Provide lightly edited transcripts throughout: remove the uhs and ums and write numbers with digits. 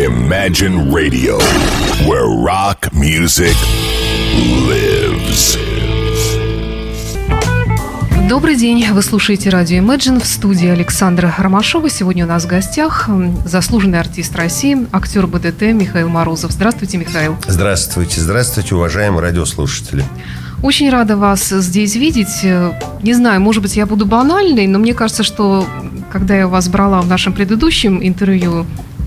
Imagine Radio, where rock music lives. Добрый день, вы слушаете радио Imagine, в студии Александра Ромашова. Сегодня у нас в гостях заслуженный артист России, актер БДТ Михаил Морозов. Здравствуйте, Михаил. Здравствуйте, здравствуйте, уважаемые радиослушатели. Очень рада вас здесь видеть. Не знаю, может быть, я буду банальной, но мне кажется, что когда я вас брала в нашем предыдущем интервью,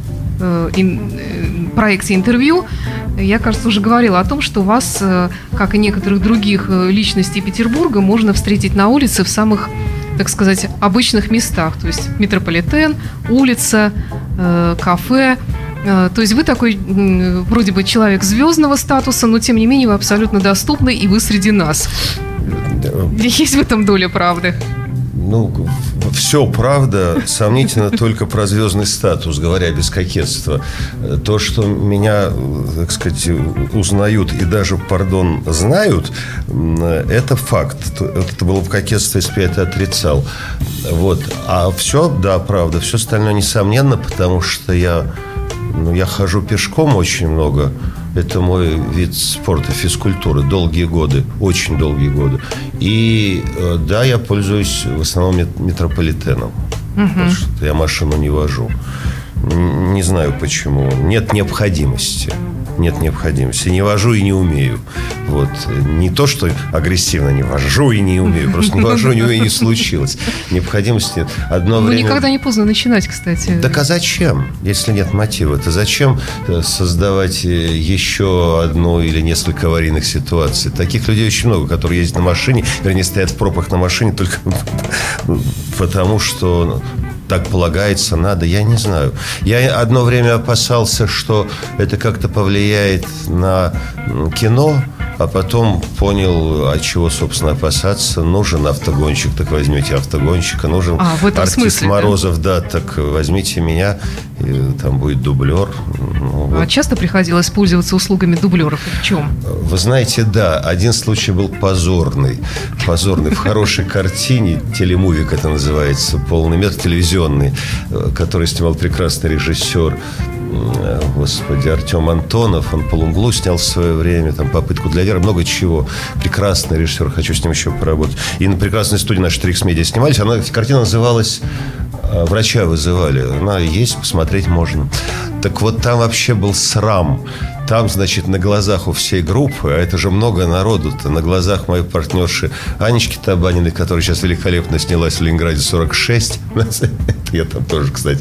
проекте интервью, я, кажется, уже говорила о том, что вас, как и некоторых других личностей Петербурга, можно встретить на улице в самых, так сказать, обычных местах. То есть метрополитен, улица, кафе. То есть вы такой, вроде бы, человек звездного статуса, но, тем не менее, вы абсолютно доступны, и вы среди нас. Есть в этом доля правды? Ну, все правда, сомнительно только про звездный статус, говоря без кокетства. То, что меня, так сказать, узнают и даже, знают, это факт. Это было в кокетстве, если бы я это отрицал. Вот. А все, да, правда, все остальное несомненно, потому что я хожу пешком очень много. Это мой вид спорта, физкультуры, долгие годы, очень долгие годы. И да, я пользуюсь в основном метрополитеном, потому что я машину не вожу. Не знаю почему. Нет необходимости. Не вожу и не умею. Вот. Не то, что агрессивно не вожу и не умею. Просто не вожу, не умею, не случилось. Необходимости нет. Никогда не поздно начинать, кстати. Так а зачем, если нет мотива? То зачем создавать еще одну или несколько аварийных ситуаций? Таких людей очень много, которые ездят на машине, вернее, стоят в пробках на машине только потому, что так полагается, надо, я не знаю. Я одно время опасался, что это как-то повлияет на кино, а потом понял, от чего, собственно, опасаться. Нужен автогонщик, так возьмите автогонщика. Нужен артист смысле, Морозов, да, так возьмите меня, и там будет дублер. А часто приходилось пользоваться услугами дублеров? В чем? Вы знаете, да, один случай был позорный. В хорошей картине, телемувик это называется, полный метр, телевизионный, который снимал прекрасный режиссер, господи, Артем Антонов. Он «Полумглу» снял в свое время, там «Попытку для веры», много чего. Прекрасный режиссер, хочу с ним еще поработать. И на прекрасной студии нашей Трикс Медиа снимались. Картина называлась «Врача вызывали». Она есть, посмотреть можно. Так вот, там вообще был срам. Там, значит, на глазах у всей группы, а это же много народу-то, на глазах моей партнерши Анечки Табаниной, которая сейчас великолепно снялась в Ленинграде 46. Я там тоже, кстати,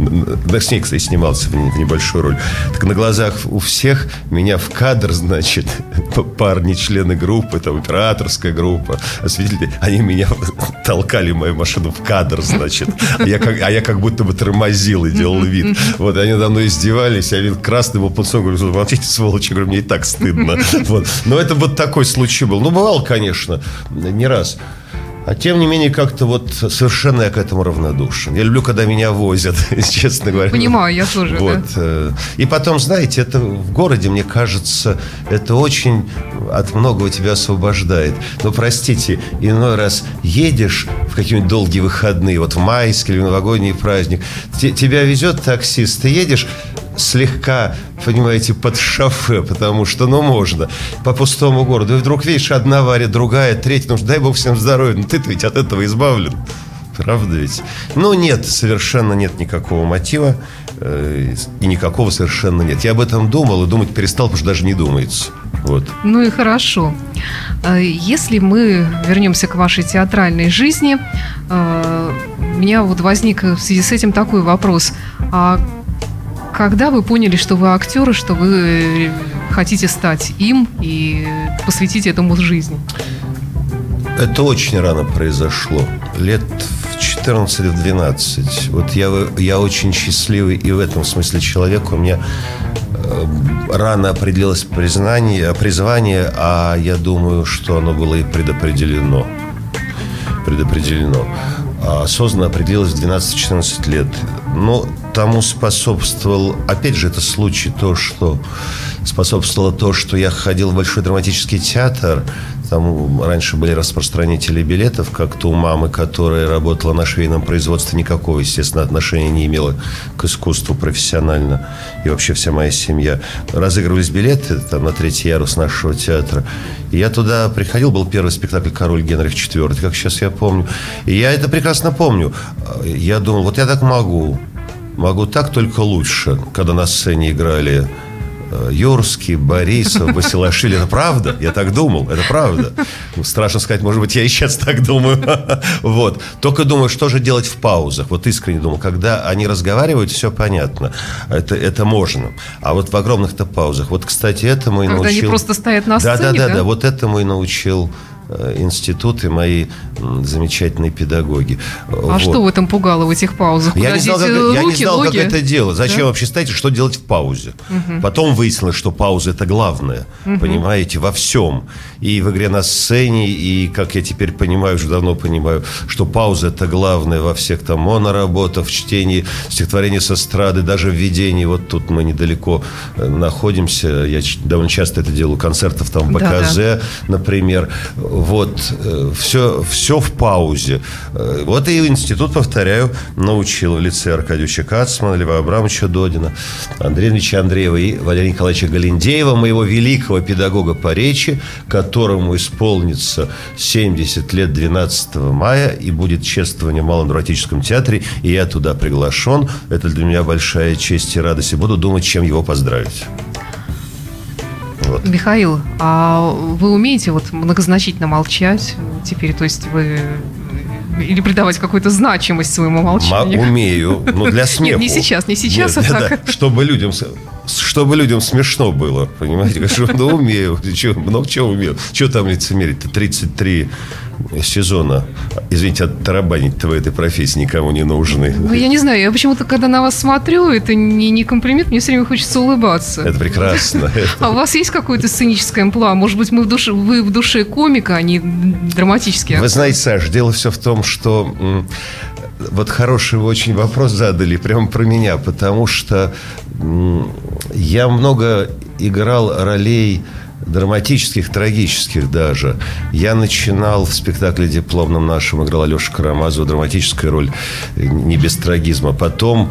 с ней, кстати, снимался в небольшую роль. Так на глазах у всех меня в кадр, значит, парни, члены группы, там, операторская группа, осветители, они меня толкали, мою машину, в кадр, значит. А я как будто бы тормозил и делал вид. Вот, они надо мной издевались, я видел красным опунцом, говорю, молчите, сволочи, говорю, мне и так стыдно. Вот. Но это вот такой случай был. Ну, бывало, конечно, не раз. А тем не менее, как-то вот совершенно я к этому равнодушен. Я люблю, когда меня возят, честно говоря. Понимаю, я тоже, вот. Да. И потом, знаете, это в городе, мне кажется, это очень от многого тебя освобождает. Но, простите, иной раз едешь в какие-нибудь долгие выходные, вот в майский или в новогодний праздник, тебя везет таксист, ты едешь слегка, понимаете, под шофе, потому что, можно, по пустому городу. И вдруг, видишь, одна авария, другая, третья, потому что, дай бог всем здоровья, ты-то ведь от этого избавлен. Правда ведь? Нет, совершенно нет никакого мотива, и никакого совершенно нет. Я об этом думал и думать перестал, потому что даже не думается. Вот. Ну и хорошо. Если мы вернемся к вашей театральной жизни, у меня вот возник в связи с этим такой вопрос. Когда вы поняли, что вы актер, и что вы хотите стать им и посвятить этому жизнь? Это очень рано произошло. Лет в 14-12. Вот я очень счастливый и в этом смысле человек. У меня рано определилось призвание, а я думаю, что оно было и предопределено. А осознанно определилось в 12-14 лет. тому способствовал, опять же, это случай, способствовало то, что я ходил в Большой драматический театр. Там раньше были распространители билетов, как-то у мамы, которая работала на швейном производстве, никакого, естественно, отношения не имела к искусству профессионально. И вообще вся моя семья. Разыгрывались билеты там, на 3-й ярус нашего театра. И я туда приходил, был первый спектакль «Король Генрих IV», как сейчас я помню. И я это прекрасно помню. Я думал, вот я так могу. Могу так, только лучше. Когда на сцене играли Юрский, Борисов, Басилашвили. Это правда? Я так думал. Это правда. Страшно сказать, может быть, я и сейчас так думаю. Вот. Только думаю, что же делать в паузах. Вот искренне думал, когда они разговаривают, все понятно. Это можно. А вот в огромных-то паузах. Вот, кстати, этому и научил... Когда они просто стоят на сцене, да? Вот этому и научил институт и мои замечательные педагоги. А что в этом пугало, в этих паузах? Я не знал, как это делать. Зачем вообще ставить, что делать в паузе? Потом выяснилось, что пауза – это главное. Понимаете, во всем. И в игре на сцене, и, как я теперь понимаю, уже давно понимаю, что пауза – это главное во всех там моноработах, в чтении стихотворений с эстрады, даже в ведении. Вот тут мы недалеко находимся. Я довольно часто это делаю. Концертов там в БКЗ, например. Вот, все в паузе. Вот и институт, повторяю, научил в лице Аркадьевича Кацмана, Льва Абрамовича Додина, Андрея Ильича Андреева и Валерия Николаевича Галиндеева, моего великого педагога по речи, которому исполнится 70 лет 12 мая, и будет чествование в Малом драматическом театре, и я туда приглашен. Это для меня большая честь и радость, и буду думать, чем его поздравить. Вот. Михаил, а вы умеете вот многозначительно молчать теперь? То есть вы... Или придавать какую-то значимость своему молчанию? Умею, но для смеха. Нет, не сейчас, Нет, а так. Да, чтобы людям смешно было, понимаете? Умею, много чего умею. Что там лицемерить-то? 33 сезона. Извините, оттарабанить-то в этой профессии никому не нужны. Ну, я не знаю, я почему-то, когда на вас смотрю, это не комплимент, мне все время хочется улыбаться. Это прекрасно. А у вас есть какое-то сценическое амплуа? Может быть, вы в душе комика, а не драматический актер? Вы знаете, Саш, дело все в том, что... Вот хороший вы очень вопрос задали, прямо про меня, потому что я много играл ролей драматических, трагических даже. Я начинал в спектакле дипломном нашем, играл Алеша Карамазов, драматическая роль, не без трагизма. Потом,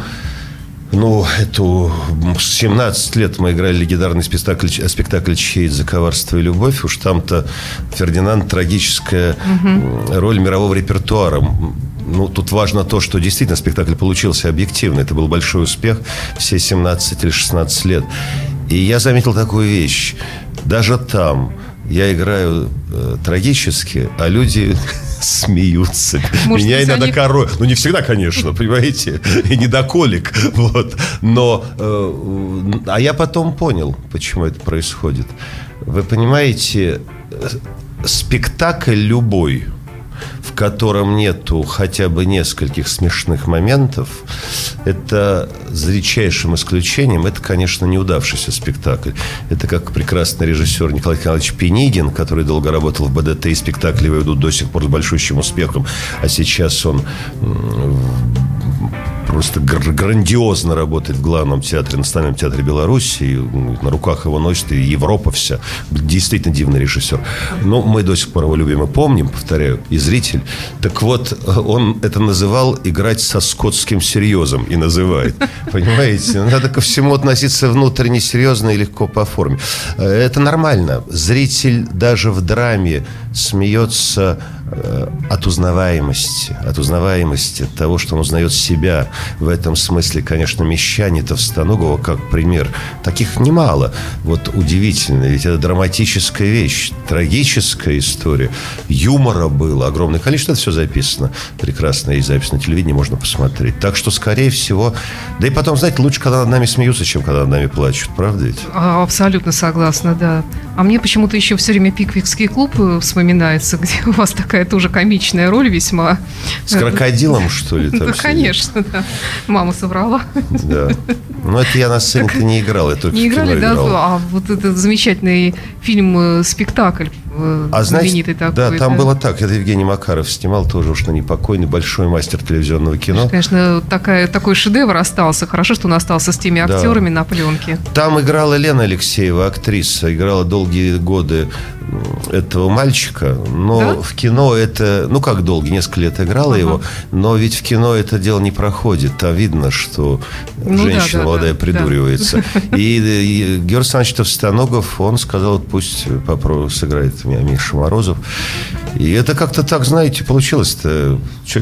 17 лет мы играли легендарный спектакль «Честь за коварство и любовь». Уж там-то Фердинанд трагическая роль мирового репертуара. Тут важно то, что действительно спектакль получился объективно. Это был большой успех все 17 или 16 лет. И я заметил такую вещь. Даже там я играю трагически, а люди смеются. Может, меня иногда короют. Не всегда, конечно, понимаете? И не до колик. Вот. Но... А я потом понял, почему это происходит. Вы понимаете, спектакль любой, в котором нету хотя бы нескольких смешных моментов, это за редчайшим исключением, это, конечно, неудавшийся спектакль. Это как прекрасный режиссер Николай Николаевич Пенигин, который долго работал в БДТ, и спектакли его идут до сих пор с большущим успехом, а сейчас он просто грандиозно работает в главном театре, Национальном театре Беларуси, и на руках его носит и Европа вся. Действительно дивный режиссер. Но мы до сих пор его любим и помним, повторяю, и зритель. Так вот, он это называл играть со скотским серьезом, и называет. Понимаете? Надо ко всему относиться внутренне серьезно и легко по форме. Это нормально. Зритель даже в драме смеется от узнаваемости, от того, что он узнает себя. В этом смысле, конечно, «Мещане» Товстоногова как пример. Таких немало. Вот удивительно, ведь это драматическая вещь, трагическая история. Юмора было огромное количество, это все записано. Прекрасно, есть запись на телевидении, можно посмотреть. Так что, скорее всего... Да и потом, знаете, лучше, когда над нами смеются, чем когда над нами плачут. Правда ведь? Абсолютно согласна, да. А мне почему-то еще все время «Пиквикский клуб» вспоминается, где у вас такая тоже комичная роль весьма. С крокодилом, что ли? Да, конечно, да. Мама соврала. Да. Но это я на сцене-то не играл, я только не в кино играли, играл. Да? А вот этот замечательный фильм «Спектакль» знаменитый такой. Да, там было так. Это Евгений Макаров снимал, тоже уж непокойный, большой мастер телевизионного кино. Конечно, такой шедевр остался. Хорошо, что он остался с теми актерами на пленке. Там играла Лена Алексеева, актриса, играла долгие годы этого мальчика, но в кино это, как долгие, несколько лет играла его, но ведь в кино это дело не проходит. Там видно, что женщина молодая придуривается. И Георгий Александрович Товстоногов, он сказал, пусть попробует сыграет меня Миша Морозов. И это как-то так, знаете, получилось-то.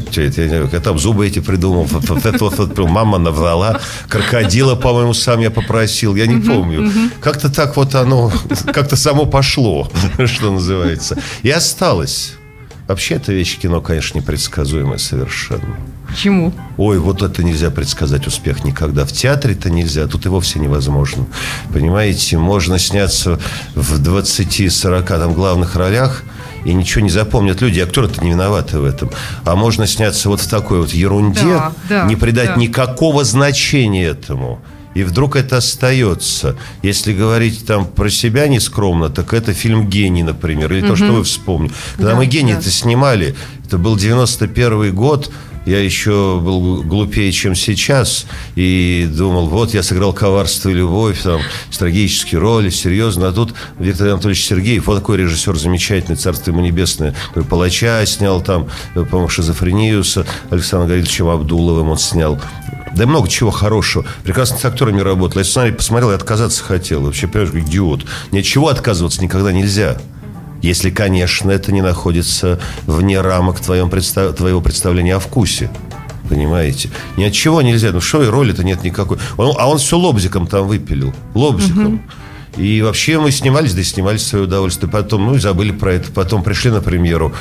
Я там зубы эти придумал. Мама наврала. Крокодила, по-моему, сам я попросил. Я не помню. Как-то так вот оно как-то само пошло, что называется. И осталось. Вообще, эта вещь кино, конечно, непредсказуемая совершенно. Почему? Ой, вот это нельзя предсказать успех никогда. В театре-то нельзя, тут и вовсе невозможно. Понимаете, можно сняться в 20-40 там главных ролях, и ничего не запомнят люди. Актеры-то не виноваты в этом. А можно сняться вот в такой вот ерунде, не придать никакого значения этому. И вдруг это остается. Если говорить там про себя нескромно, так это фильм «Гений», например. Или то, что вы вспомнили. Когда мы «Гений»-то снимали, это был 91-й год. Я еще был глупее, чем сейчас. И думал, вот я сыграл «Коварство и любовь», там, трагические роли, серьезно. А тут Виктор Анатольевич Сергеев, вот такой режиссер замечательный, царство ему небесное, который «Палача» снял, там, по-моему, «Шизофрению» с Александром Гавриловичем Абдуловым он снял. Да и много чего хорошего. Прекрасно с актерами работал. Я сценарий посмотрел и отказаться хотел. Вообще, понимаешь, как идиот. Ни от чего отказываться никогда нельзя. Если, конечно, это не находится вне рамок твоего представления о вкусе. Понимаете? Ни от чего нельзя. Что и роли-то нет никакой. Он все лобзиком там выпилил. Лобзиком. И вообще мы снимались в свое удовольствие. Потом, и забыли про это. Потом пришли на премьеру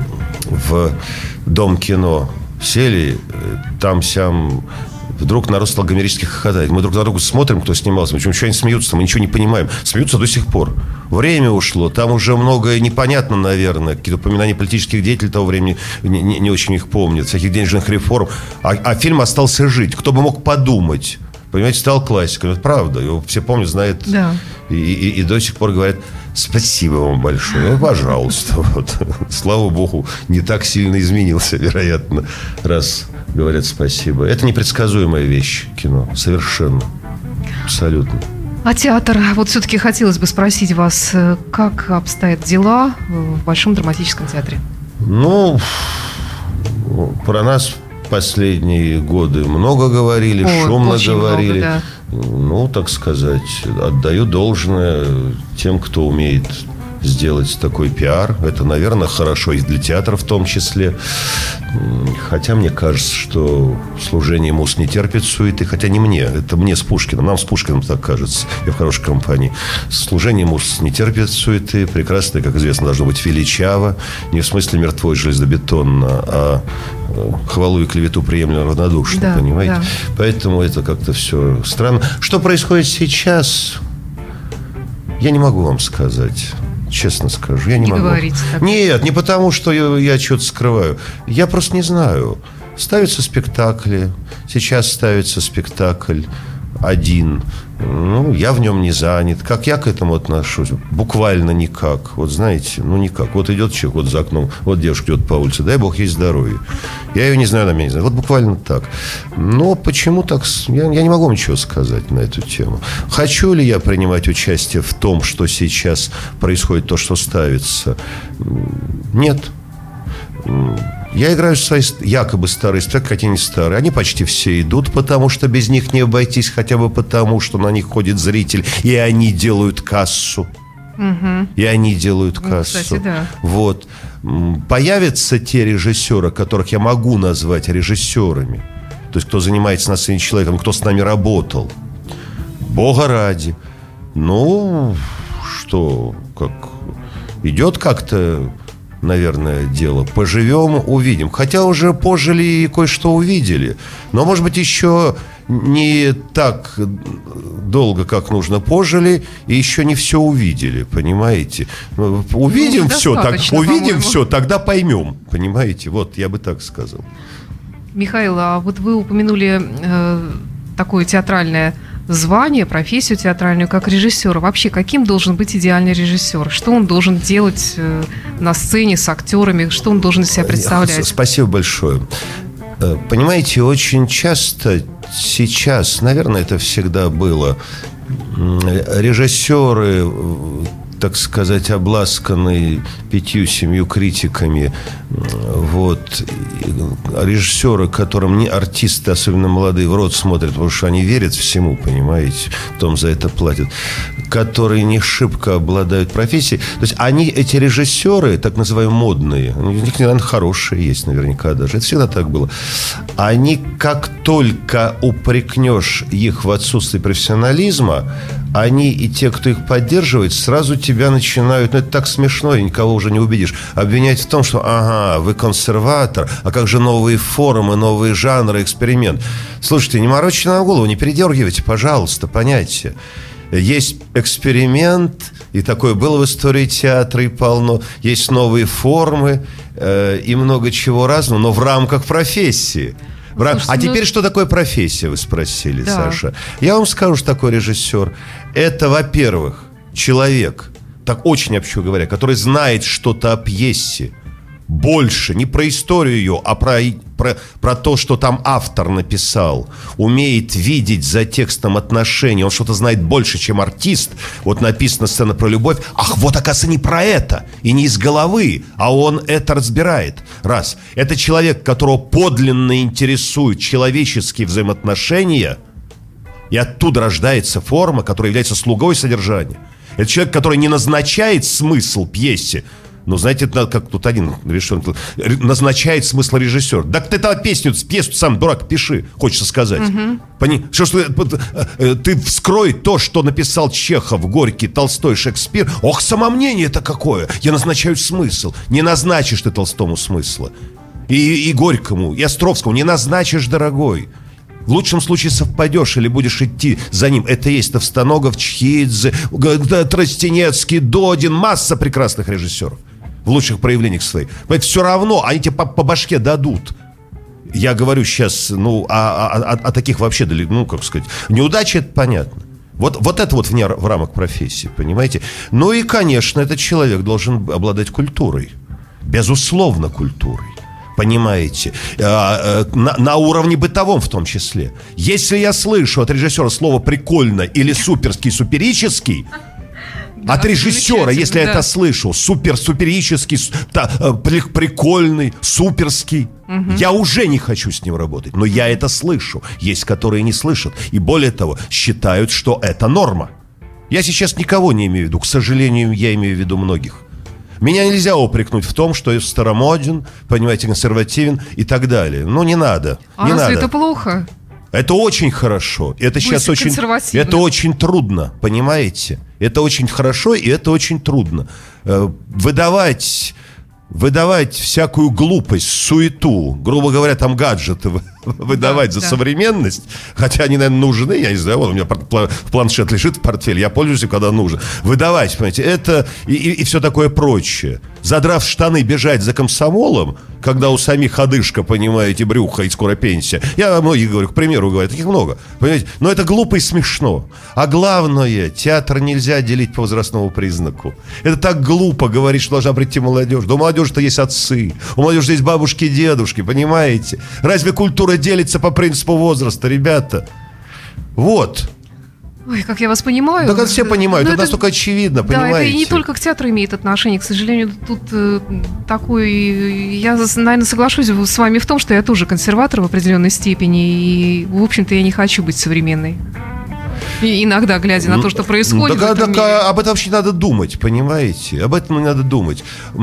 в Дом кино. Сели, там-сям... Вдруг народ стал гомерически хохотать. Мы друг на друга смотрим, кто снимался. Почему они смеются? Мы ничего не понимаем. Смеются до сих пор. Время ушло. Там уже многое непонятно, наверное. Какие-то упоминания политических деятелей того времени не очень их помнят. Всяких денежных реформ. А фильм остался жить. Кто бы мог подумать? Понимаете, стал классикой. Это правда. Его все помнят, знают. Да. И до сих пор говорят... Спасибо вам большое. Пожалуйста. Вот. Слава богу, не так сильно изменился, вероятно, раз говорят спасибо. Это непредсказуемая вещь, кино. Совершенно. Абсолютно. А театр? Вот все-таки хотелось бы спросить вас, как обстоят дела в Большом драматическом театре? Про нас последние годы много говорили, шумно говорили. Много, да. Так сказать, отдаю должное тем, кто умеет сделать такой пиар. Это, наверное, хорошо и для театра в том числе. Хотя мне кажется, что служение мус не терпит суеты. Хотя не мне, это мне с Пушкиным. Нам с Пушкиным так кажется. Я в хорошей компании. Служение мус не терпит суеты. Прекрасно, как известно, должно быть величаво. Не в смысле мертво и железобетонно, а хвалу и клевету приемлемо равнодушно, понимаете? Да. Поэтому это как-то все странно. Что происходит сейчас, я не могу вам сказать. Честно скажу, я не могу. Нет, не потому, что я что-то скрываю. Я просто не знаю. Ставятся спектакли. Сейчас ставится спектакль один. Я в нем не занят. Как я к этому отношусь? Буквально никак. Вот знаете, никак. Вот идет человек вот за окном, вот девушка идет по улице, дай бог ей здоровье. Я ее не знаю, она меня не знает. Вот буквально так. Но почему так? Я не могу ничего сказать на эту тему. Хочу ли я принимать участие в том, что сейчас происходит, то, что ставится? Нет. Я играю свои якобы старые спектакли, хотя не старые. Они почти все идут, потому что без них не обойтись, хотя бы потому, что на них ходит зритель, и они делают кассу. И они делают кассу. Кстати, да. Вот. Появятся те режиссеры, которых я могу назвать режиссерами. То есть, кто занимается на сцене человеком, кто с нами работал. Бога ради. Что, как идет как-то, наверное, дело. Поживем, увидим. Хотя уже пожили и кое-что увидели. Но, может быть, еще не так долго, как нужно, пожили, и еще не все увидели, понимаете? Увидим все, тогда поймем, понимаете? Вот, я бы так сказал. Михаил, а вот вы упомянули такое театральное звание, профессию театральную как режиссера. Вообще, каким должен быть идеальный режиссер? Что он должен делать на сцене с актерами? Что он должен из себя представлять? Спасибо большое. Понимаете, очень часто сейчас, наверное, это всегда было, режиссеры, так сказать, обласканные 5-7 критиками, вот, режиссеры, которым не артисты, особенно молодые, в рот смотрят, потому что они верят всему, понимаете, потом за это платят, которые не шибко обладают профессией. То есть они, эти режиссеры, так называемые модные, у них, наверное, хорошие есть наверняка даже, это всегда так было, они, как только упрекнешь их в отсутствии профессионализма, они и те, кто их поддерживает, сразу тебя начинают, ну это так смешно, и никого уже не убедишь, обвинять в том, что ага, вы консерватор, а как же новые формы, новые жанры, эксперимент. Слушайте, не морочите нам голову, не передергивайте, пожалуйста, понятие. Есть эксперимент, и такое было в истории театра и полно. Есть новые формы и много чего разного, но в рамках профессии. Слушайте, а теперь, что такое профессия, вы спросили, да. Саша. Я вам скажу, что такое режиссер. Это, во-первых, человек, так очень общо говоря, который знает что-то о пьесе. Больше, не про историю ее, а про то, что там автор написал. Умеет видеть за текстом отношения. Он что-то знает больше, чем артист. Вот написана сцена про любовь. Ах, вот, оказывается, не про это. И не из головы, а он это разбирает. Раз. Это человек, которого подлинно интересуют человеческие взаимоотношения. И оттуда рождается форма, которая является слугой содержания. Это человек, который не назначает смысл пьесе. Ну, знаете, это как тут один решил, назначает смысл режиссер. Да ты там песню сам, дурак, пиши, хочется сказать. Ты вскрой то, что написал Чехов, Горький, Толстой, Шекспир. Ох, самомнение-то какое! Я назначаю смысл. Не назначишь ты Толстому смысла. И Горькому, и Островскому не назначишь, дорогой. В лучшем случае совпадешь или будешь идти за ним. Это есть Товстоногов, Чхидзе, Тростенецкий, Додин, масса прекрасных режиссеров в лучших проявлениях своих. Поэтому все равно они тебе по башке дадут. Я говорю сейчас, о таких вообще, как сказать, неудачи, это понятно. Вот это вот в рамках профессии, понимаете? Ну и, конечно, этот человек должен обладать культурой. Безусловно, культурой. Понимаете, на уровне бытовом в том числе. Если я слышу от режиссера слово «прикольно» или «суперский», «суперический», да, от режиссера, если я это слышу, суперический, прикольный, суперский, я уже не хочу с ним работать. Но я это слышу. Есть, которые не слышат. И более того, считают, что это норма. Я сейчас никого не имею в виду. К сожалению, я имею в виду многих. Меня нельзя упрекнуть в том, что я старомоден, понимаете, консервативен и так далее. Ну, не надо. А разве это плохо? Это очень хорошо. Это сейчас это очень трудно, понимаете? Это очень хорошо, и это очень трудно. Выдавать всякую глупость, суету, грубо говоря, там гаджеты выдавать за современность, хотя они, наверное, нужны, я не знаю, вот у меня планшет лежит в портфеле, я пользуюсь им, когда нужно. Выдавать, понимаете, это и все такое прочее. Задрав штаны, бежать за комсомолом, когда у самих одышка, понимаете, брюхо и скоро пенсия. Я многих говорю, к примеру, говорю, таких много, понимаете, но это глупо и смешно. А главное, театр нельзя делить по возрастному признаку. Это так глупо говорить, что должна прийти молодежь. Да у молодежи-то есть отцы, у молодежи есть бабушки и дедушки, понимаете? Разве культура делится по принципу возраста, ребята? Вот. Ой, как я вас понимаю. Да, как все понимают, это настолько очевидно, понимаете? Да, это и не только к театру имеет отношение. К сожалению, тут такой... Я, наверное, соглашусь с вами в том, что я тоже консерватор в определенной степени, и, в общем-то, я не хочу быть современной. И иногда, глядя на то, что происходит. Об этом вообще надо думать, понимаете? Об этом надо думать.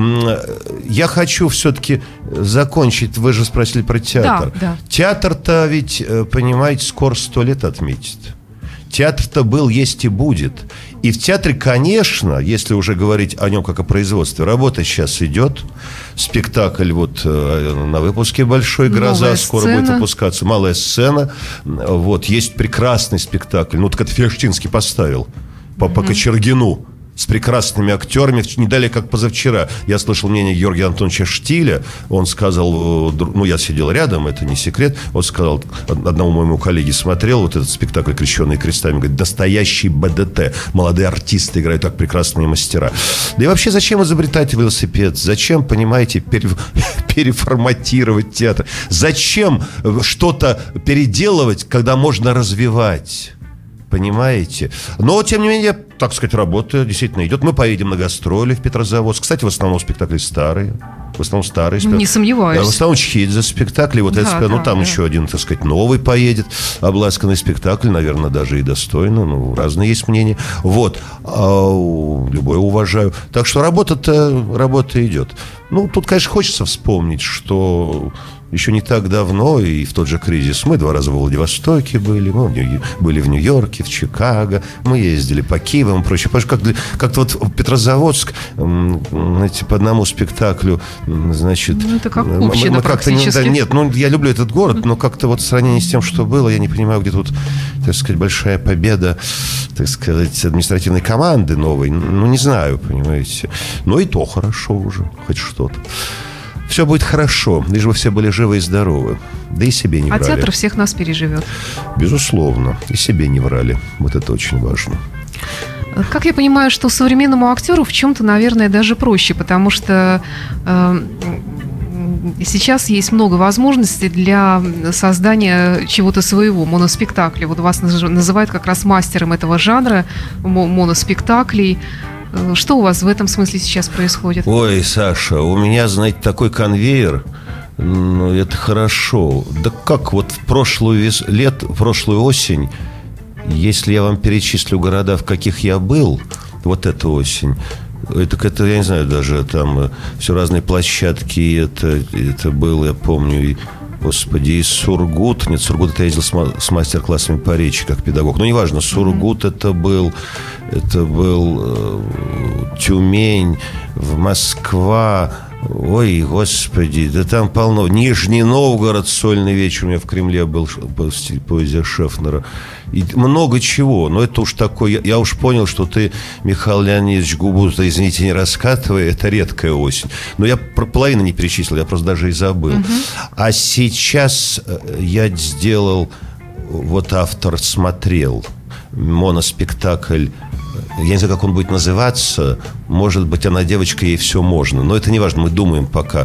Я хочу все-таки закончить. Вы же спросили про театр. Да. Театр-то ведь, понимаете, скоро 100 лет отметит. Театр-то был, есть и будет. И в театре, конечно, если уже говорить о нем как о производстве, работа сейчас идет. Спектакль вот на выпуске «Большой гроза» Новая скоро сцена. будет выпускаться. «Малая сцена». Вот, есть прекрасный спектакль. Ну, так это Фештинский поставил по Кочергину. с прекрасными актерами. Не далее, как позавчера, я слышал мнение Георгия Антоновича Штиля. Он сказал, ну, я сидел рядом, это не секрет. Он сказал, одному моему коллеге смотрел вот этот спектакль «Крещенные крестами», говорит, настоящий БДТ. Молодые артисты играют, так прекрасные мастера. Да и вообще, зачем изобретать велосипед? Зачем, понимаете, переформатировать театр? Зачем что-то переделывать, когда можно развивать? Понимаете? Но, тем не менее, так сказать, работа действительно идет. Мы поедем на гастроли в Петрозаводск. Кстати, в основном спектакли старые. В основном старые спектакли. Не сомневаюсь. Да, в основном Чхидзе спектакли. Вот да, это, ну, там еще один, так сказать, новый поедет. Обласканный спектакль, наверное, даже и достойно. Ну, разные есть мнения. Вот. Любое уважаю. Так что работа идет. Ну, тут, конечно, хочется вспомнить, что... Еще не так давно, и в тот же кризис, мы 2 раза в Владивостоке были, мы были в Нью-Йорке, в Чикаго, мы ездили по Киевам и прочее. Как-то вот в Петрозаводск, знаете, по одному спектаклю, значит... Ну, это как община практически. Нет, ну, я люблю этот город, но как-то вот в сравнении с тем, что было, я не понимаю, где тут, так сказать, большая победа, так сказать, административной команды новой. Ну, не знаю, понимаете. Но и то хорошо уже, хоть что-то. Все будет хорошо, лишь бы все были живы и здоровы. Да и себе не врали. А театр всех нас переживет. Безусловно. И себе не врали. Вот это очень важно. Как я понимаю, что современному актеру в чем-то, наверное, даже проще, потому что сейчас есть много возможностей для создания чего-то своего, моноспектакля. Вот вас называют как раз мастером этого жанра, моноспектаклей. Что у вас в этом смысле сейчас происходит? Ой, Саша, у меня, знаете, такой конвейер. Ну, это хорошо. Да как вот в прошлую осень, если я вам перечислю города, в каких я был, вот эту осень, это я не знаю, даже там все разные площадки, это было, я помню, Господи, и Сургут. Нет, Сургут это я ездил с мастер-классами по речи как педагог. Ну, неважно, Сургут это был Тюмень, Москва. Ой, Господи, да там полно. Нижний Новгород, сольный вечер у меня в Кремле был, поэзия Шефнера. И много чего. Но это уж такое... Я уж понял, что ты, Михаил Леонидович, губу-то, извините, не раскатывай. Это редкая осень. Но я половину не перечислил, я просто даже и забыл. А сейчас я сделал... Вот автор смотрел моноспектакль. Я не знаю, как он будет называться. Может быть, она девочка, ей все можно. Но это не важно, мы думаем пока.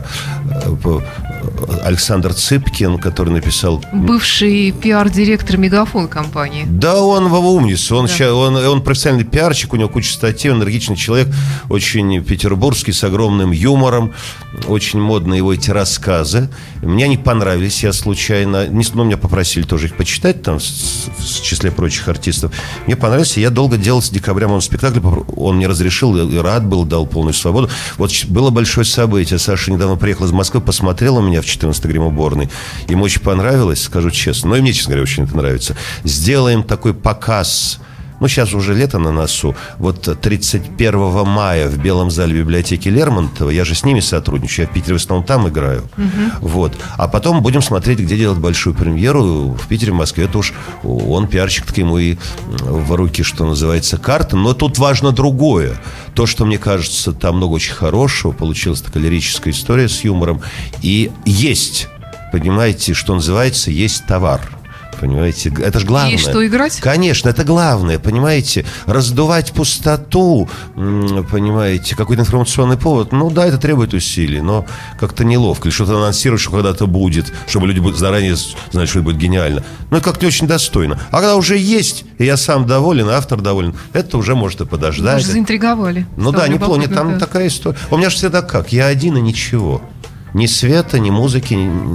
Александр Цыпкин, который написал... Бывший пиар-директор Мегафон компании. Да, он умница. Он профессиональный пиарщик, у него куча статей, он энергичный человек, очень петербургский, с огромным юмором. Очень модные его эти рассказы. Мне они понравились, я случайно... Ну, меня попросили тоже их почитать, там, в числе прочих артистов. Мне понравилось, я долго делал с декабря моноспектакль. Он мне разрешил, и рад был, дал полную свободу. Вот было большое событие. Саша недавно приехал из Москвы, посмотрел у меня в 14-й гримуборной. Ему очень понравилось, скажу честно. Ну, и мне, честно говоря, очень это нравится. Сделаем такой показ. Ну, сейчас уже лето на носу. Вот 31 мая в Белом зале библиотеки Лермонтова. Я же с ними сотрудничаю. Я в Питере в основном там играю. Вот. А потом будем смотреть, где делать большую премьеру. В Питере, в Москве. Это уж он пиарщик, так ему и в руки, что называется, карта. Но тут важно другое. То, что, мне кажется, там много очень хорошего. Получилась такая лирическая история с юмором. И есть, понимаете, что называется, есть товар. Понимаете, это же главное. Есть что играть? Конечно, это главное, понимаете. Раздувать пустоту, понимаете, какой-то информационный повод. Ну да, это требует усилий, но как-то неловко. Или что-то анонсировать, что когда-то будет, чтобы люди заранее знали, что это будет гениально. Ну, это как-то не очень достойно. А когда уже есть, и я сам доволен, автор доволен, это уже может и подождать. Вы же заинтриговали. Ну да, неплохо. Там такая история. У меня же всегда как? Я один и ничего. Ни света, ни музыки,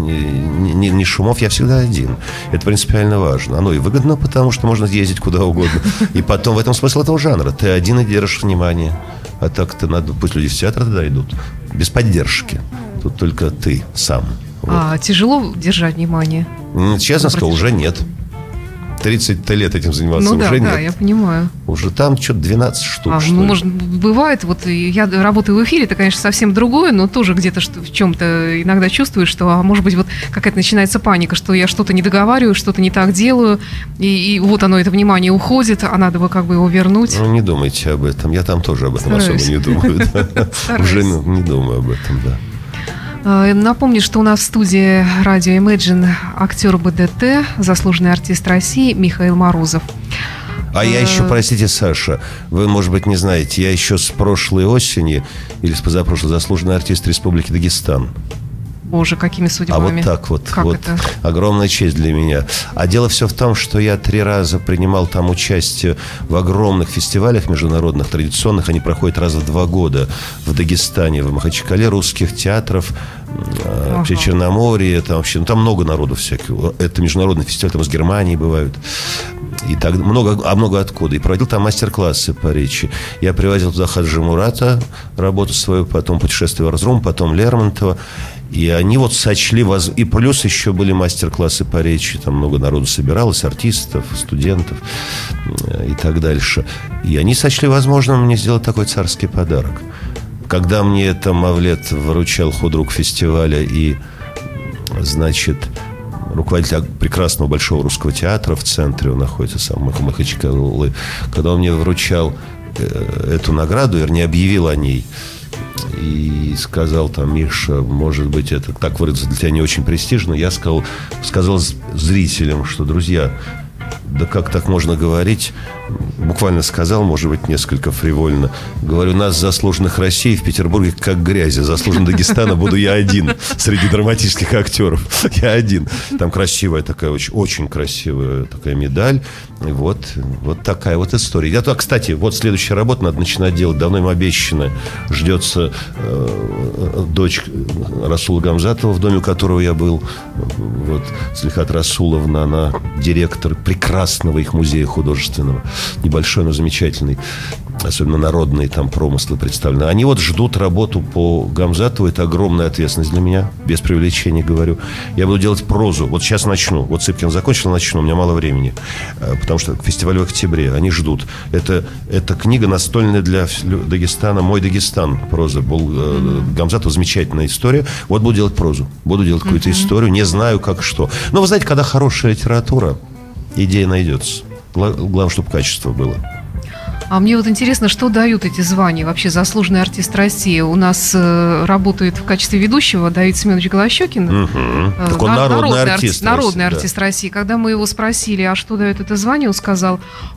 ни шумов. Я всегда один. Это принципиально важно. Оно и выгодно, потому что можно ездить куда угодно. И потом в этом смысл этого жанра. Ты один и держишь внимание. А так-то надо, пусть люди в театр тогда идут. Без поддержки. Тут только ты сам. Вот. А тяжело держать внимание? Честно сказать, уже нет. 30 лет этим заниматься ну, уже нет. Да, я понимаю. Уже там что-то 12 штук, что ну, ли. может, бывает, вот я работаю в эфире, это, конечно, совсем другое, но тоже где-то в чем-то иногда чувствуешь, что, может быть, вот какая-то начинается паника, что я что-то не договариваю, что-то не так делаю, и вот оно, это внимание уходит, а надо бы как бы его вернуть. Ну, не думайте об этом. Я там тоже об этом особо не думаю. Уже не думаю об этом, да. Напомню, что у нас в студии радио Imagine актер БДТ, заслуженный артист России Михаил Морозов. А я еще, простите, Саша, вы, может быть, не знаете, я еще с прошлой осени или с позапрошлой заслуженный артист Республики Дагестан. Боже, какими судьбами. А вот так вот. Как вот это? Огромная честь для меня. А дело все в том, что я 3 раза принимал там участие в огромных фестивалях международных, традиционных. Они проходят раз в 2 года в Дагестане, в Махачкале, русских театров, в Черноморье. Там вообще, там много народу всякого. Это международный фестиваль, там из Германии бывают. И так много откуда. И проводил там мастер-классы по речи. Я привозил туда Хаджи Мурата, работу свою, потом «Путешествие в Разрум», потом Лермонтова. И они вот сочли... И плюс еще были мастер-классы по речи. Там много народу собиралось, артистов, студентов и так дальше. И они сочли возможным мне сделать такой царский подарок. Когда мне это Мавлет вручал, худрук фестиваля и, значит, руководитель прекрасного Большого русского театра в центре, он находится сам в Махачкале, когда он мне вручал эту награду, вернее, объявил о ней, и сказал там: Миша, может быть, это так выразиться для тебя не очень престижно. Я сказал зрителям, что, друзья, да как так можно говорить? Буквально сказал, может быть, несколько фривольно. Говорю, нас, заслуженных России, в Петербурге как грязи. Заслуженный Дагестана буду я один среди драматических актеров. Я один. Там красивая такая, очень красивая такая медаль. И вот такая вот история. Кстати, вот следующая работа надо начинать делать. Давно им обещано. Ждется дочь Расула Гамзатова, в доме у которого я был. Вот, Злихат Расуловна, она директор прекрасного их музея художественного. Небольшой, но замечательный. Особенно народные там промыслы представлены. Они вот ждут работу по Гамзатову. Это огромная ответственность для меня. Без преувеличения говорю. Я буду делать прозу. Вот сейчас начну. Вот Цыпкин закончил, начну. У меня мало времени. Потому что фестиваль в октябре. Они ждут. Это книга настольная для Дагестана. «Мой Дагестан». Проза. Гамзатов замечательная история. Вот буду делать прозу. Буду делать какую-то историю. Не знаю, как что. Но вы знаете, когда хорошая литература, идея найдется. Главное, чтобы качество было. А мне вот интересно, что дают эти звания? Вообще, заслуженный артист России у нас работает в качестве ведущего Давид Семенович Голощёкин. Так он народный артист. Народный артист России. Когда мы его спросили, а что дает это звание, он сказал: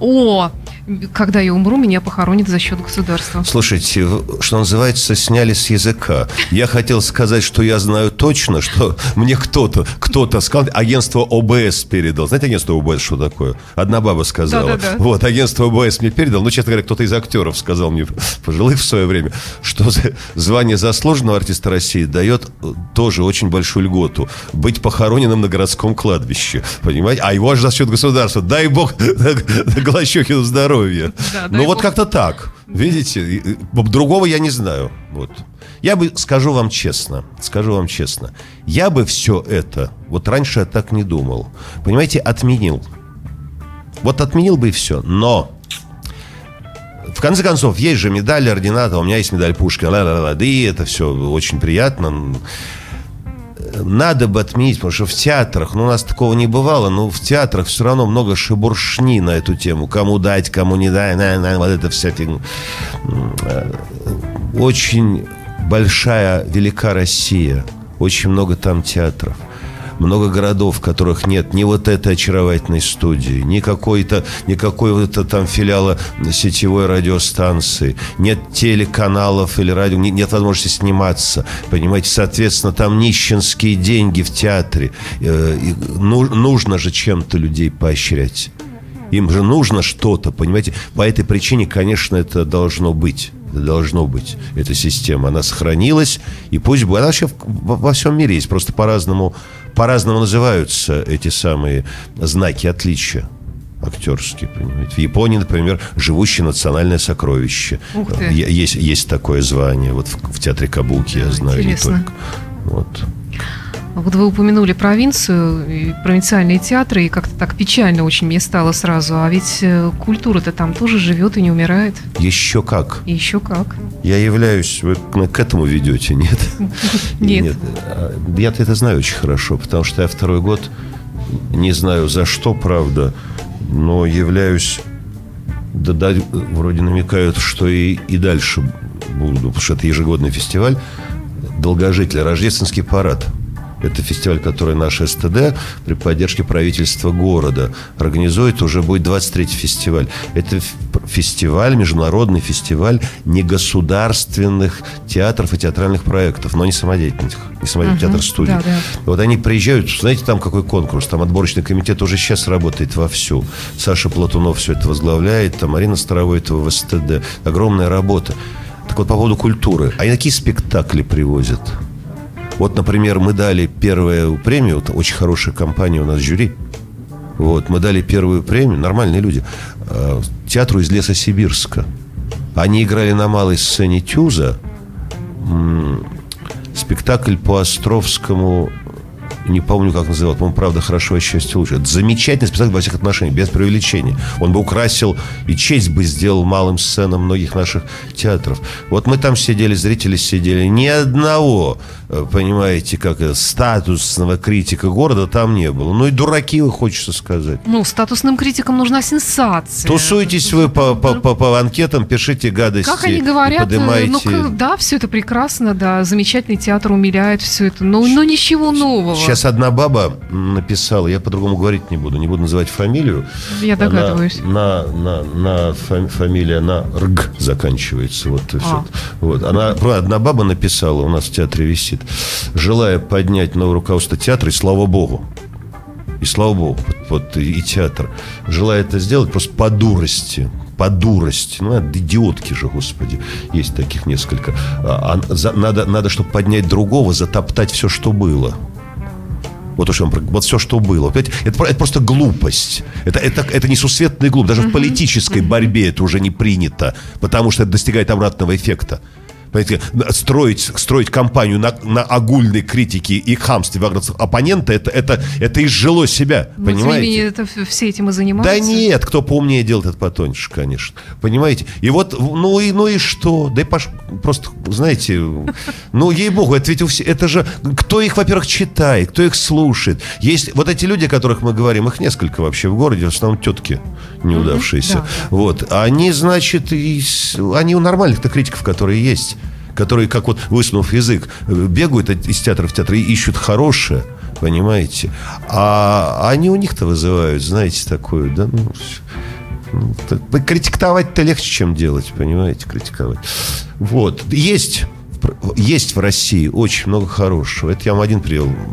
когда я умру, меня похоронят за счет государства. Слушайте, что называется, сняли с языка. Я хотел сказать, что я знаю точно, что мне кто-то сказал, агентство ОБС передал. Знаете, агентство ОБС что такое? Одна баба сказала. Да. Вот, агентство ОБС мне передал. Ну, честно говоря, кто-то из актеров сказал мне, пожилых в свое время, что звание заслуженного артиста России дает тоже очень большую льготу. Быть похороненным на городском кладбище. Понимаете? А его аж за счет государства. Дай бог Голощёкину здоровья. Да, ну вот как-то так. Видите? Другого я не знаю. Вот. Я бы, скажу вам честно, я бы все это, вот раньше я так не думал, понимаете, отменил. Вот отменил бы и все. Но в конце концов, есть же медаль, ордината, у меня есть медаль Пушкина, и это все очень приятно. Надо бы отменить, потому что в театрах, у нас такого не бывало, но в театрах все равно много шебуршни на эту тему. Кому дать, кому не дать, вот это вся фигня. Очень большая, велика Россия. Очень много там театров. Много городов, в которых нет ни вот этой очаровательной студии, ни какой-то там филиала сетевой радиостанции, нет телеканалов или радио, нет возможности сниматься, понимаете, соответственно, там нищенские деньги в театре. Нужно же чем-то людей поощрять. Им же нужно что-то, понимаете. По этой причине, конечно, это должно быть. Эта система. Она сохранилась. И пусть будет. Она вообще во всем мире есть. Просто по-разному называются эти самые знаки отличия актерские, понимаете. В Японии, например, живущее национальное сокровище. Есть такое звание. Вот в театре Кабуки, я знаю, интересно. не только. Вот. Вот вы упомянули провинцию, и провинциальные театры, и как-то так печально очень мне стало сразу. А ведь культура-то там тоже живет и не умирает. Еще как. Еще как. Я являюсь... Вы к этому ведете, нет? Нет. Я-то это знаю очень хорошо, потому что я второй год, не знаю за что, правда, но являюсь... Да, вроде намекают, что и дальше буду, потому что это ежегодный фестиваль «Долгожители», рождественский парад. Это фестиваль, который наш СТД при поддержке правительства города организует. Уже будет 23-й фестиваль. Это фестиваль, международный фестиваль негосударственных театров и театральных проектов, но не самодеятельных. Не самодеятельных театр-студий. Да, да. Вот они приезжают, знаете, там какой конкурс. Там отборочный комитет уже сейчас работает вовсю. Саша Платунов все это возглавляет. Там Марина Старовойтова в СТД. Огромная работа. Так вот, по поводу культуры. Они такие спектакли привозят. Вот, например, мы дали первую премию, вот, очень хорошая компания у нас жюри. Вот, мы дали первую премию, нормальные люди, театру из Лесосибирска. Они играли на малой сцене Тюза спектакль по Островскому, не помню, как называл, по-моему, «Правда, хорошо, а счастье лучше». Это замечательный спектакль во всех отношениях, без преувеличения. Он бы украсил и честь бы сделал малым сценам многих наших театров. Вот мы там сидели, зрители сидели, ни одного, понимаете, как статусного критика города там не было. Ну и дураки, вы хочется сказать. Ну, статусным критикам нужна сенсация. Тусуйтесь вы по анкетам, пишите гадости. Как они говорят, поднимайте... да, все это прекрасно, да, замечательный театр умиляет все это, но ничего нового. Сейчас одна баба написала, я по-другому говорить не буду называть фамилию. Я догадываюсь. Фамилия на РГ заканчивается. Вот, вот. Одна баба написала, у нас в театре висит, желая поднять новое руководство театра, и слава богу, вот, и театр, желая это сделать просто по дурости. Ну, идиотки же, господи. Есть таких несколько. Надо, чтобы поднять другого, затоптать все, что было. Вот все, что было. Это просто глупость. Это несусветная глупость. Даже в политической борьбе это уже не принято, потому что это достигает обратного эффекта. Строить кампанию на огульной критике и хамстве в адрес оппонента, это изжило себя, но, понимаете? Это все этим и занимаются. Да нет, кто поумнее делает это потоньше, конечно. Понимаете? И вот, ну и что? Да и просто, знаете, ну, ей-богу, это же, кто их, во-первых, читает, кто их слушает. Есть вот эти люди, о которых мы говорим, их несколько вообще в городе, в основном тетки неудавшиеся. Да. Вот. Они, значит, они у нормальных-то критиков, которые есть, которые, как вот высунув язык, бегают из театра в театр и ищут хорошее, понимаете? А они у них-то вызывают, знаете, такое, да, критиковать-то легче, чем делать, понимаете, критиковать. Вот. Есть в России очень много хорошего. Это я вам один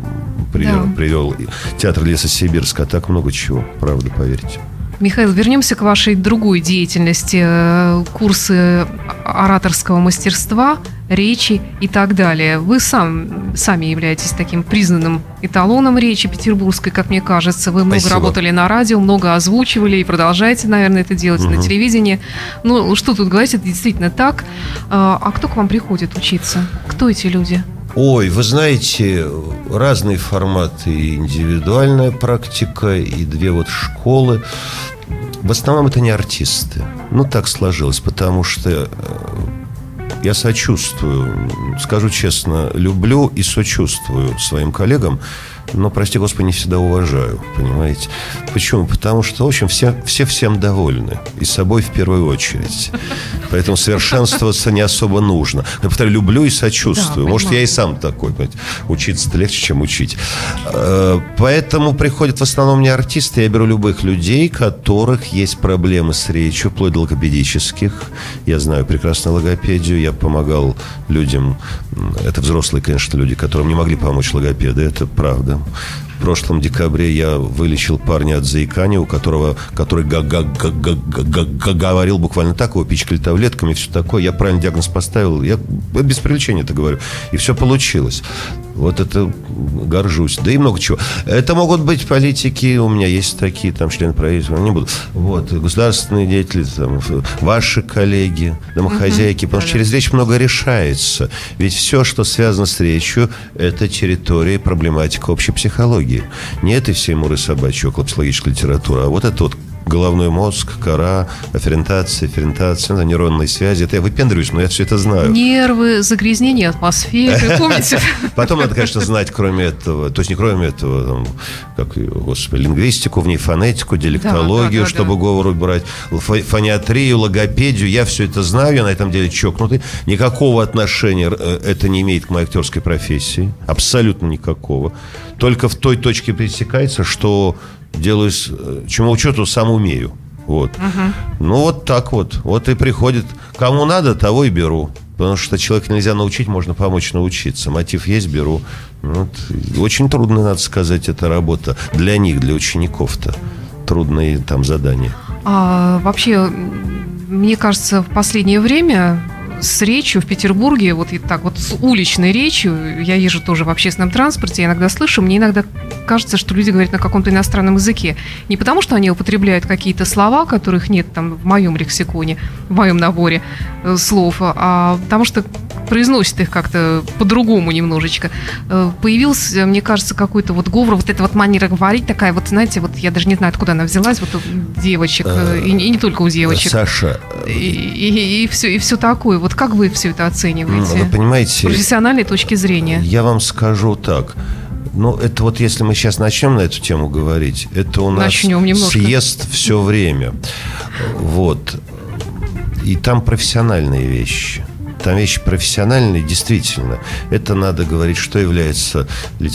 привел театр Лесосибирска, а так много чего, правда, поверьте. Михаил, вернемся к вашей другой деятельности. Курсы ораторского мастерства, речи и так далее. Вы сами являетесь таким признанным эталоном речи петербургской, как мне кажется. Вы много работали на радио, много озвучивали и продолжаете, наверное, это делать на телевидении. Ну, что тут говорить, это действительно так. А кто к вам приходит учиться? Кто эти люди? Ой, вы знаете, разные форматы, индивидуальная практика и две вот школы. В основном это не артисты. Ну, так сложилось, потому что я сочувствую, скажу честно, люблю и сочувствую своим коллегам, но, прости господи, не всегда уважаю, понимаете? Почему? Потому что, в общем, все всем довольны. И собой в первую очередь. Поэтому совершенствоваться не особо нужно. Я повторяю, люблю и сочувствую. Да, может, я и сам такой, понимаете? Учиться-то легче, чем учить. Поэтому приходят в основном не артисты. Я беру любых людей, у которых есть проблемы с речью, вплоть до логопедических. Я знаю прекрасно логопедию. Я помогал людям. Это взрослые, конечно, люди, которым не могли помочь логопеды. Это правда. В прошлом декабре я вылечил парня от заикания, который говорил буквально так, его пичкали таблетками и все такое. Я правильный диагноз поставил, я без привлечения это говорю. И все получилось. Вот это горжусь. Да и много чего. Это могут быть политики, у меня есть такие, там, члены правительства, не буду. Вот, государственные деятели, там, ваши коллеги, домохозяйки. Потому что через речь много решается. Ведь все, что связано с речью, это территория, проблематика общей психологии. Не это все муры собачьи, околопсихологическая литература, а вот это вот головной мозг, кора, афферентация, нейронные связи. Это я выпендриваюсь, но я все это знаю. Нервы, загрязнение атмосферы, помните? Потом надо, конечно, знать, кроме этого, то есть не кроме этого, там, как, господи, лингвистику, в ней фонетику, диалектологию, чтобы говор убрать, фониатрию, логопедию. Я все это знаю, я на этом деле чокнутый. Никакого отношения это не имеет к моей актерской профессии. Абсолютно никакого. Только в той точке пересекается, что делаю, чему учету, сам умею. Вот. Ну, вот так вот. Вот и приходит. Кому надо, того и беру. Потому что человека нельзя научить, можно помочь научиться. Мотив есть, беру. Вот. Очень трудно, надо сказать, эта работа. Для них, для учеников-то. Трудные там задания. Вообще, мне кажется, в последнее время с речью в Петербурге, вот и так вот с уличной речью, я езжу тоже в общественном транспорте, я иногда слышу, мне иногда кажется, что люди говорят на каком-то иностранном языке. Не потому, что они употребляют какие-то слова, которых нет там в моем лексиконе, в моем наборе слов, а потому что произносят их как-то по-другому немножечко. Появился, мне кажется, какой-то вот говор, вот эта вот манера говорить такая, вот знаете, вот я даже не знаю, откуда она взялась, вот у девочек, и не только у девочек. Саша. И все такое. Вот как вы все это оцениваете? Вы понимаете, с профессиональной точки зрения. Я вам скажу так. Ну, это вот если мы сейчас начнем на эту тему говорить, это у нас съест все время. Вот. И там профессиональные вещи. Там вещи профессиональные, действительно. Это надо говорить, что является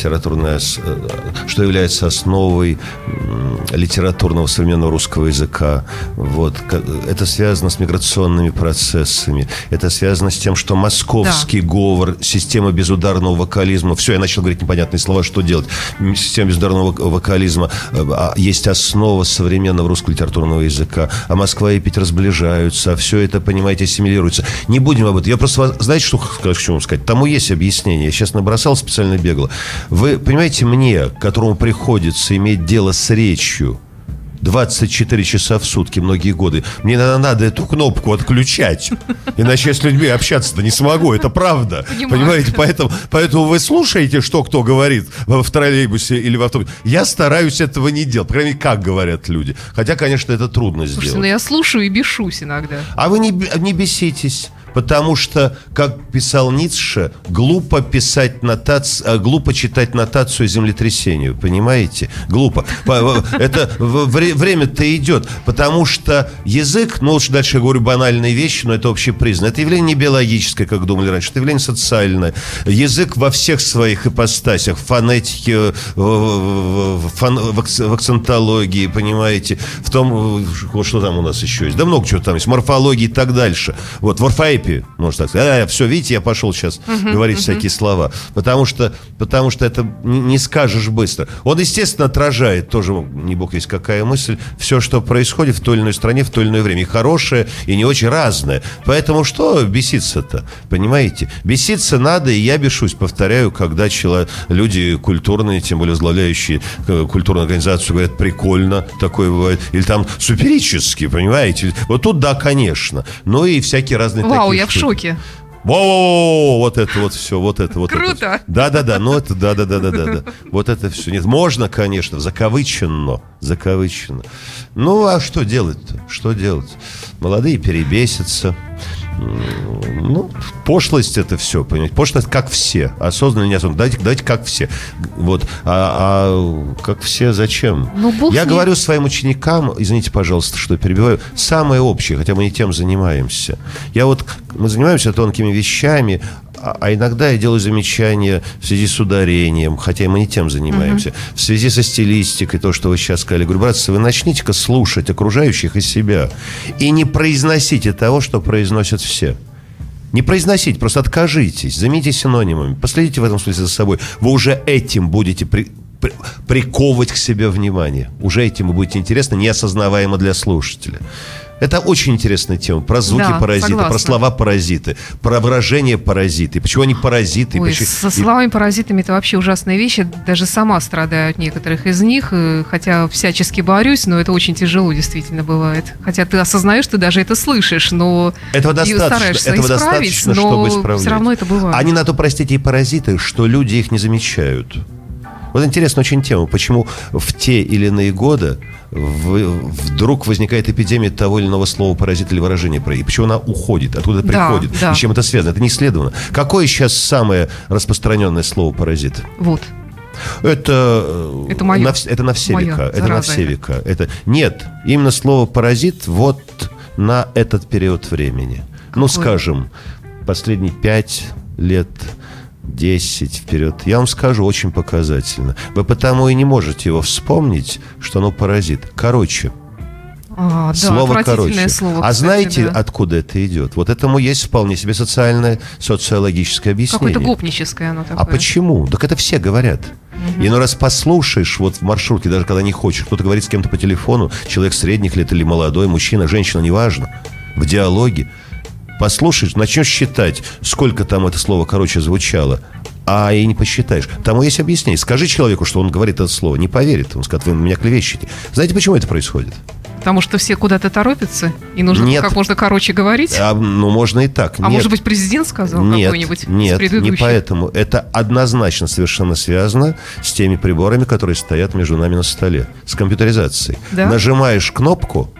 что является основой литературного современного русского языка. Вот. Это связано с миграционными процессами. Это связано с тем, что московский говор, система безударного вокализма. Все, я начал говорить непонятные слова, что делать. Система безударного вокализма есть основа современного русского литературного языка. А Москва и Питер сближаются. А все это, понимаете, ассимилируется. Не будем об этом. Я просто, знаете, что хочу вам сказать? Тому есть объяснение. Я сейчас набросал специально бегло. Вы понимаете, мне, которому приходится иметь дело с речью 24 часа в сутки, многие годы, мне надо эту кнопку отключать. Иначе я с людьми общаться-то не смогу. Это правда. Понимаете? Поэтому вы слушаете, что кто говорит в троллейбусе или в автобусе. Я стараюсь этого не делать. По крайней мере, как говорят люди. Хотя, конечно, это трудно сделать. Слушайте, но я слушаю и бешусь иногда. А вы не беситесь. Потому что, как писал Ницше, глупо читать нотацию землетрясению. Понимаете? Глупо. Это время-то идет. Потому что язык, ну, лучше дальше я говорю банальные вещи, но это общепризнанно. Это явление не биологическое, как думали раньше. Это явление социальное. Язык во всех своих ипостасях. В фонетике, в акцентологии, понимаете? В том, что там у нас еще есть. Да много чего там есть. Морфологии и так дальше. Вот, в орфоэпии, можно так сказать. Все, видите, я пошел сейчас говорить всякие слова. Потому что это не скажешь быстро. Он, естественно, отражает тоже, не бог весть какая мысль, все, что происходит в той или иной стране, в то или иное время. И хорошее, и не очень разное. Поэтому что беситься-то? Понимаете? Беситься надо, и я бешусь, повторяю, когда люди культурные, тем более возглавляющие культурную организацию, говорят, прикольно, такое бывает. Или там суперически, понимаете? Вот тут да, конечно. Но и всякие разные такие штуки. Я в шоке. Во-во-во, вот это вот все, вот это вот. Круто. Да-да-да, ну это да-да-да-да-да. Вот это все. Нет, можно, конечно, закавыченно. Ну, а что делать-то? Что делать? Молодые перебесятся. Ну, пошлость это все, понимаете? Пошлость как все. Осознанно или неосознанно. Давайте как все. Вот. А как все зачем? Я говорю своим ученикам, извините, пожалуйста, что перебиваю, самое общее, хотя мы не тем занимаемся. Мы занимаемся тонкими вещами, а иногда я делаю замечания в связи с ударением, хотя мы не тем занимаемся. В связи со стилистикой, то, что вы сейчас сказали. Говорю, братцы, вы начните-ка слушать окружающих и себя. И не произносите того, что произносят все. Не произносите, просто откажитесь. Замените синонимами. Последите в этом смысле за собой. Вы уже этим будете приковывать к себе внимание. Уже этим вы будете интересны, неосознаваемо для слушателя. Это очень интересная тема. Про звуки паразиты, согласна. про слова паразиты, про выражение паразиты. Почему они паразиты? Ой, со словами паразитами это вообще ужасная вещь. Я даже сама страдаю от некоторых из них, хотя всячески борюсь, но это очень тяжело действительно бывает. Хотя ты осознаешь, ты даже это слышишь, но этого стараешься исправить, чтобы исправлять. Все равно это бывает. Они на то, простите, и паразиты, что люди их не замечают. Вот интересная очень тема, почему в те или иные годы вдруг возникает эпидемия того или иного слова, паразита или выражения, и почему она уходит, откуда приходит, и с чем это связано. Это не исследовано. Какое сейчас самое распространенное слово паразит? Вот. Это на все века. Это на все века. Нет, именно слово паразит вот на этот период времени. Какой? Ну, скажем, последние 5 лет, 10 вперед. Я вам скажу, очень показательно. Вы потому и не можете его вспомнить, что оно паразит. Короче. Слово короче. Слово, кстати, знаете, откуда это идет? Вот этому есть вполне себе социологическое объяснение. Какое-то гопническое оно такое. А почему? Так это все говорят. И иной раз послушаешь, вот в маршрутке, даже когда не хочешь, кто-то говорит с кем-то по телефону, человек средних лет или молодой, мужчина, женщина, неважно, в диалоге. Послушаешь, начнешь считать, сколько там это слово короче звучало, а и не посчитаешь. Тому есть объяснение. Скажи человеку, что он говорит это слово, не поверит. Он скажет, вы меня клевещете. Знаете, почему это происходит? Потому что все куда-то торопятся, и нужно как можно короче говорить? Можно и так. Нет. Может быть, президент сказал какой-нибудь из предыдущих? Не поэтому. Это однозначно совершенно связано с теми приборами, которые стоят между нами на столе. С компьютеризацией. Да? Нажимаешь кнопку,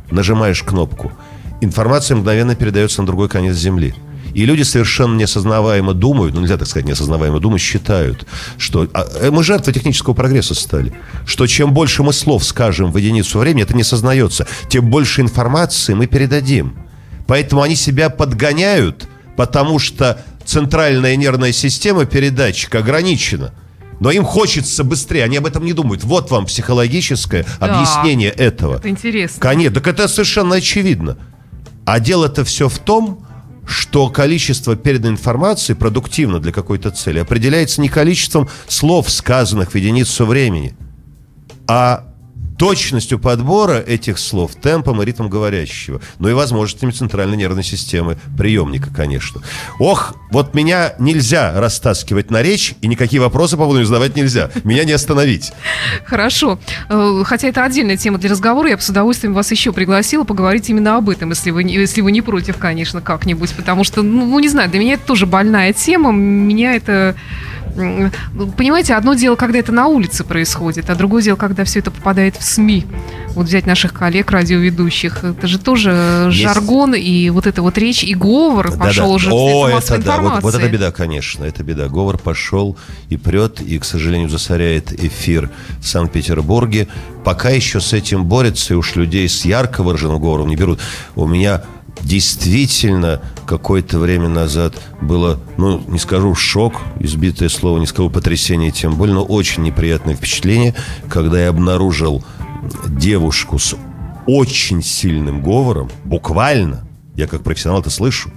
информация мгновенно передается на другой конец Земли. И люди совершенно неосознаваемо думают, нельзя так сказать неосознаваемо думать, считают, что... мы жертвы технического прогресса стали. Что чем больше мы слов скажем в единицу времени, это не осознается, тем больше информации мы передадим. Поэтому они себя подгоняют, потому что центральная нервная система передатчика ограничена. Но им хочется быстрее, они об этом не думают. Вот вам психологическое объяснение этого. Это интересно. Конечно, так это совершенно очевидно. А дело-то все в том, что количество переданной информации продуктивно для какой-то цели определяется не количеством слов, сказанных в единицу времени, а точностью подбора этих слов, темпом и ритмом говорящего. Ну и возможностями центральной нервной системы приемника, конечно. Вот меня нельзя растаскивать на речь, и никакие вопросы по поводу задавать нельзя. Меня не остановить. Хорошо. Хотя это отдельная тема для разговора, я бы с удовольствием вас еще пригласила поговорить именно об этом, если вы не против, конечно, как-нибудь. Потому что, не знаю, для меня это тоже больная тема. Меня это... Понимаете, одно дело, когда это на улице происходит, а другое дело, когда все это попадает в СМИ. Вот взять наших коллег, радиоведущих, это же тоже жаргон, и вот эта вот речь, и говор пошел уже в массовой информации. Вот это беда, конечно, это беда. Говор пошел и прет, и, к сожалению, засоряет эфир в Санкт-Петербурге. Пока еще с этим борются, и уж людей с ярко выраженным говором не берут. У меня... Действительно, какое-то время назад было, не скажу шок, избитое слово, не скажу потрясение, тем более, но очень неприятное впечатление, когда я обнаружил девушку с очень сильным говором, буквально, я как профессионал это слышу,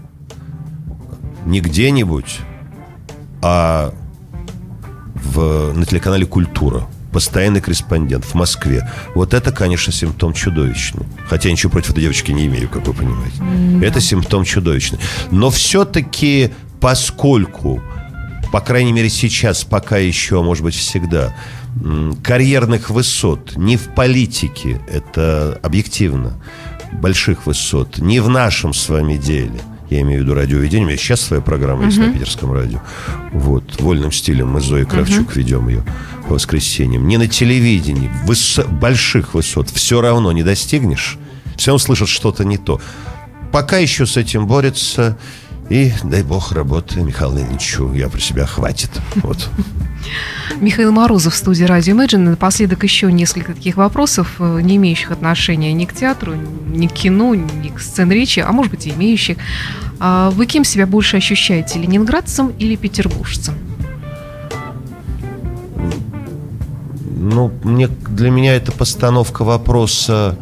не где-нибудь, а на телеканале «Культура». Постоянный корреспондент в Москве. Вот это, конечно, симптом чудовищный. Хотя ничего против этой девочки не имею, как вы понимаете. Это симптом чудовищный. Но все-таки, поскольку, по крайней мере сейчас, пока еще, может быть, всегда, карьерных высот не в политике, это объективно, больших высот, не в нашем с вами деле, я имею в виду радиоведение. У меня сейчас своя программа есть на Питерском радио. Вот, вольным стилем мы с Зоей Кравчук ведем ее по воскресеньям. Не на телевидении, больших высот все равно не достигнешь. Все равно слышат что-то не то. Пока еще с этим борются. И, дай бог, работы Михаилу Леонидовичу, я про себя хватит. Вот. Михаил Морозов в студии «Радио Imagine». Напоследок еще несколько таких вопросов, не имеющих отношения ни к театру, ни к кино, ни к сцене речи, а может быть и имеющих. Вы кем себя больше ощущаете, ленинградцем или петербуржцем? Для меня эта постановка вопроса,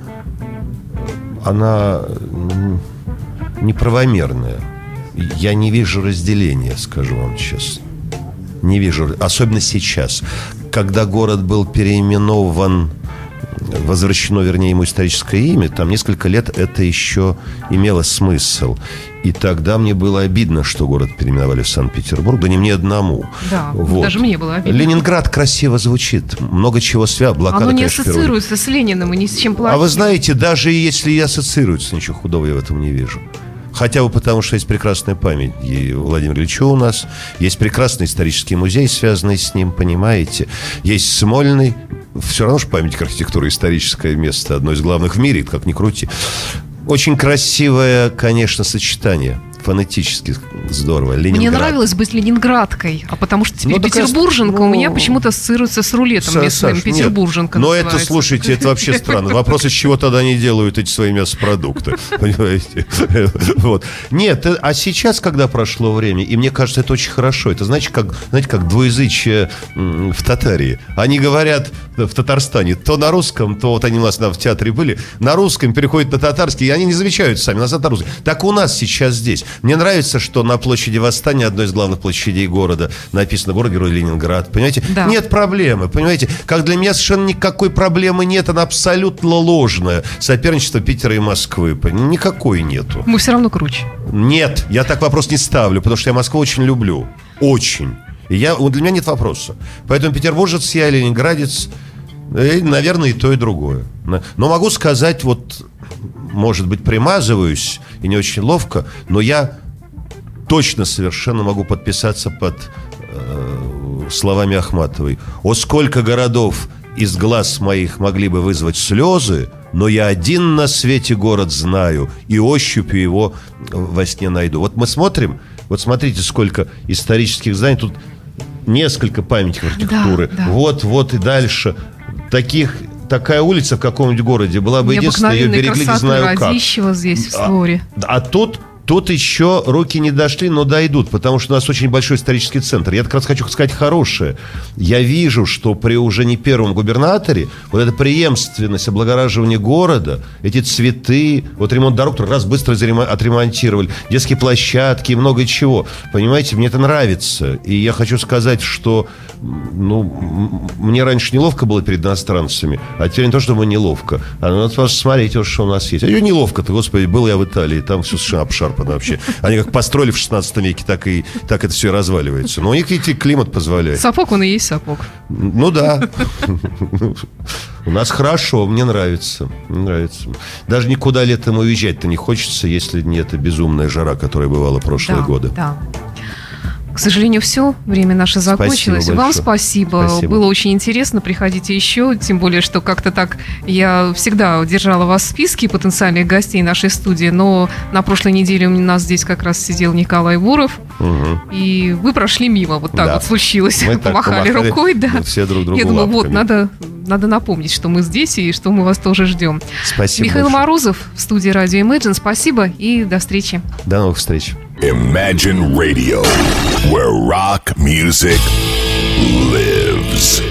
она неправомерная. Я не вижу разделения, скажу вам честно. Не вижу, особенно сейчас, когда город был переименован возвращено, вернее, ему историческое имя, там несколько лет это еще имело смысл. И тогда мне было обидно, что город переименовали в Санкт-Петербург. Да не мне одному. Да, вот. Даже мне было обидно. Ленинград красиво звучит. Много чего связано. Блокада, оно не конечно, ассоциируется с Лениным и ни с чем плохим. А вы знаете, даже если и ассоциируется, ничего худого я в этом не вижу. Хотя бы потому, что есть прекрасная память и Владимиру Ильичу у нас. Есть прекрасный исторический музей, связанный с ним, понимаете. Есть Смольный. Все равно же памятник архитектуры, историческое место. Одно из главных в мире, как ни крути. Очень красивое, конечно, сочетание. Фонетически здорово. Ленинград. Мне нравилось быть ленинградкой, а потому что теперь петербурженка у меня почему-то ассоциируется с рулетом местным. Петербурженка но это, слушайте, это вообще странно. Вопрос, из чего тогда они делают эти свои мясопродукты. Понимаете? Вот. Нет, а сейчас, когда прошло время, и мне кажется, это очень хорошо. Это значит, знаете, как двуязычие в Татарии. Они говорят в Татарстане то на русском, то вот они у нас в театре были, на русском переходят на татарский, и они не замечают сами, назад на русский. Так у нас сейчас здесь. Мне нравится, что на площади Восстания, одной из главных площадей города, написано «Город-герой Ленинград». Понимаете? Да. Нет проблемы. Понимаете? Как для меня совершенно никакой проблемы нет. Она абсолютно ложная. Соперничество Питера и Москвы. Никакой нету. Мы все равно круче. Нет, я так вопрос не ставлю, потому что я Москву очень люблю. Очень. И для меня нет вопроса. Поэтому петербуржец я, ленинградец, и, наверное, и то, и другое. Но могу сказать, вот, может быть, примазываюсь и не очень ловко, но я точно совершенно могу подписаться под словами Ахматовой. О, сколько городов из глаз моих могли бы вызвать слезы, но я один на свете город знаю, и ощупью его во сне найду. Вот мы смотрим, вот смотрите, сколько исторических зданий, тут несколько памятников архитектуры. Да, да. Вот и дальше. Такая улица в каком-нибудь городе была бы единственная, ее берегли не знаю как. Радищева здесь, в Слоре. А тут еще руки не дошли, но дойдут, потому что у нас очень большой исторический центр. Я как раз хочу сказать хорошее. Я вижу, что при уже не первом губернаторе вот эта преемственность облагораживания города, эти цветы, вот ремонт дорог раз быстро отремонтировали, детские площадки и много чего. Понимаете, мне это нравится. И я хочу сказать, что мне раньше неловко было перед иностранцами, а теперь не то, чтобы неловко. Надо просто смотреть, вот, что у нас есть. А ее неловко-то, господи, был я в Италии, там все совершенно обшарпано вообще. Они как построили в 16 веке, так это все и разваливается. Но у них, видите, климат позволяет. Сапог, он и есть сапог. Ну да. У нас хорошо, мне нравится. Даже никуда летом уезжать-то не хочется, если не эта безумная жара, которая бывала прошлые годы. Да. К сожалению, все. Время наше закончилось. Вам спасибо. Было очень интересно. Приходите еще. Тем более, что как-то так я всегда держала вас в списке потенциальных гостей нашей студии. Но на прошлой неделе у нас здесь как раз сидел Николай Буров. Угу. И вы прошли мимо. Вот так вот случилось. Мы помахали рукой. Да. Все друг другу я думаю, лапками. Надо напомнить, что мы здесь и что мы вас тоже ждем. Спасибо. Михаил Морозов в студии радио Imagine. Спасибо и до встречи. До новых встреч. Imagine Radio, where rock music lives.